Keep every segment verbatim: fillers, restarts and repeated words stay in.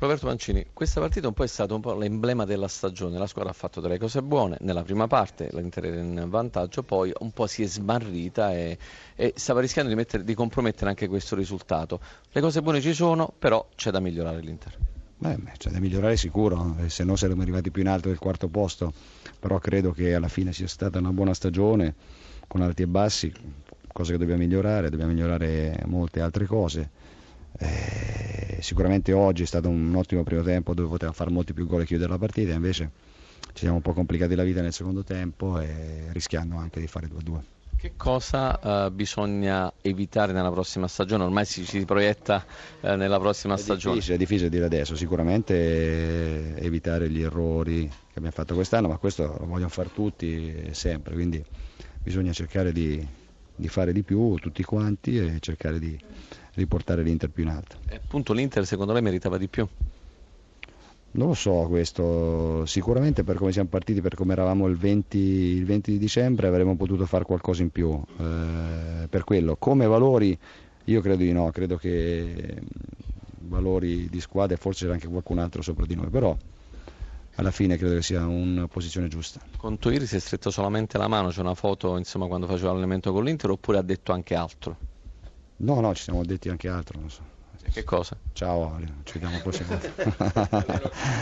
Roberto Mancini, questa partita un po' è stata un po' l'emblema della stagione, la squadra ha fatto delle cose buone, nella prima parte l'Inter era in vantaggio, poi un po' si è smarrita e, e stava rischiando di, mettere, di compromettere anche questo risultato. Le cose buone ci sono, però c'è da migliorare l'Inter. Beh, c'è da migliorare sicuro, eh, se no saremmo arrivati più in alto del quarto posto, però credo che alla fine sia stata una buona stagione, con alti e bassi, cose che dobbiamo migliorare, dobbiamo migliorare molte altre cose. Eh, sicuramente oggi è stato un ottimo primo tempo dove potevamo fare molti più gol e chiudere la partita, invece ci siamo un po' complicati la vita nel secondo tempo e rischiando anche di fare due a due. Che cosa uh, bisogna evitare nella prossima stagione? Ormai si, si proietta uh, nella prossima è stagione. Difficile, è difficile dire adesso, sicuramente eh, evitare gli errori che abbiamo fatto quest'anno, ma questo lo vogliono fare tutti sempre, quindi bisogna cercare di, di fare di più tutti quanti e cercare di riportare l'Inter più in alto. E appunto l'Inter secondo lei meritava di più? Non lo so questo, sicuramente per come siamo partiti, per come eravamo il venti, il venti di dicembre avremmo potuto fare qualcosa in più, eh, per quello. Come valori io credo di no, credo che valori di squadra forse c'era anche qualcun altro sopra di noi, però alla fine credo che sia una posizione giusta. Con Toiri si è stretto solamente la mano, c'è una foto insomma quando faceva l'allenamento con l'Inter oppure ha detto anche altro? No, no, ci siamo detti anche altro, non so. Che cosa? Ciao, ci vediamo la prossima volta.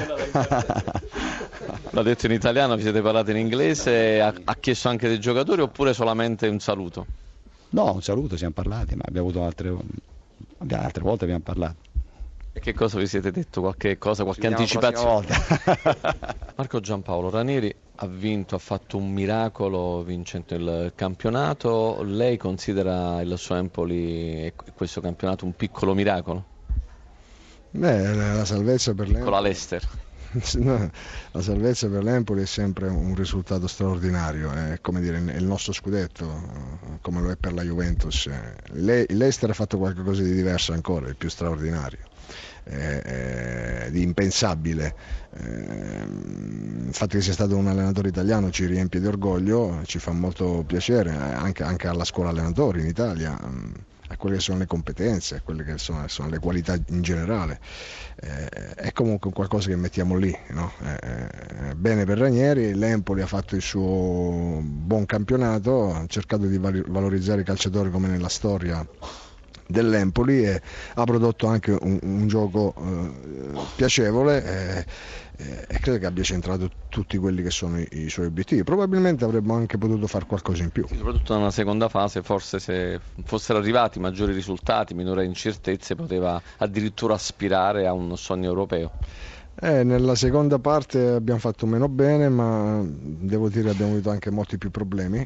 L'ha detto in italiano, vi siete parlati in inglese, ha, ha chiesto anche dei giocatori oppure solamente un saluto? No, un saluto, siamo parlati, ma abbiamo avuto altre, altre volte abbiamo parlato. E che cosa vi siete detto? Qualche cosa, qualche anticipazione? Marco Giampaolo, Ranieri ha vinto, ha fatto un miracolo vincendo il campionato. Lei considera il suo Empoli e questo campionato un piccolo miracolo? Beh, la salvezza per l'Empoli. Con la Leicester. No, la salvezza per l'Empoli è sempre un risultato straordinario, è come dire il nostro scudetto, come lo è per la Juventus. Le, il Leicester ha fatto qualcosa di diverso ancora, di più straordinario, eh, eh, di impensabile. Eh, il fatto che sia stato un allenatore italiano ci riempie di orgoglio, ci fa molto piacere, anche, anche alla scuola allenatori in Italia, a quelle che sono le competenze, a quelle che sono, sono le qualità in generale. Eh, è comunque qualcosa che mettiamo lì, no? eh, bene per Ranieri, l'Empoli ha fatto il suo buon campionato, ha cercato di valorizzare i calciatori come nella storia dell'Empoli e ha prodotto anche un, un gioco eh, piacevole eh, eh, e credo che abbia centrato tutti quelli che sono i, i suoi obiettivi. Probabilmente avremmo anche potuto fare qualcosa in più. Sì, soprattutto nella seconda fase, forse se fossero arrivati maggiori risultati, minore incertezze, poteva addirittura aspirare a un sogno europeo. Eh, nella seconda parte abbiamo fatto meno bene, ma devo dire che abbiamo avuto anche molti più problemi.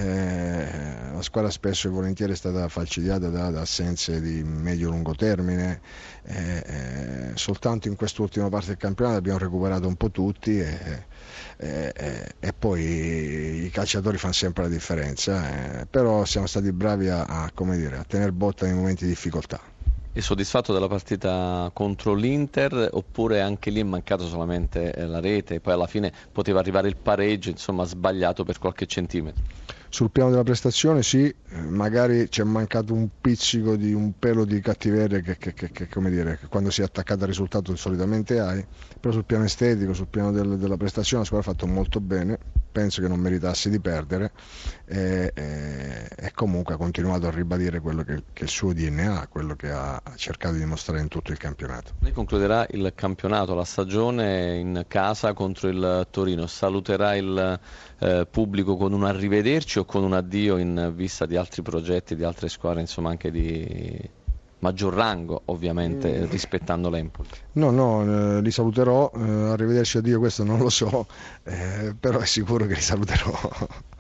Eh, la squadra spesso e volentieri è stata falcidiata da, da assenze di medio-lungo termine, eh, eh, soltanto in quest'ultima parte del campionato abbiamo recuperato un po' tutti e, e, e, e poi i calciatori fanno sempre la differenza, eh, però siamo stati bravi a, a, come dire, a tener botta nei momenti di difficoltà. È soddisfatto della partita contro l'Inter oppure anche lì è mancato solamente la rete e poi alla fine poteva arrivare il pareggio, insomma sbagliato per qualche centimetro? Sul piano della prestazione sì, magari ci è mancato un pizzico di un pelo di cattiveria che, che, che, che, come dire, che quando si è attaccata al risultato solitamente hai, però sul piano estetico, sul piano del, della prestazione la squadra ha fatto molto bene, penso che non meritasse di perdere e, e, e comunque ha continuato a ribadire quello che, che è il suo D N A, quello che ha cercato di dimostrare in tutto il campionato. Lei concluderà il campionato, la stagione in casa contro il Torino, saluterà il eh, pubblico con un arrivederci o con un addio in vista di altri progetti, di altre squadre, insomma anche di maggior rango ovviamente, mm. rispettando l'Empoli? No, no, eh, li saluterò, eh, arrivederci, addio questo non lo so, eh, però è sicuro che li saluterò.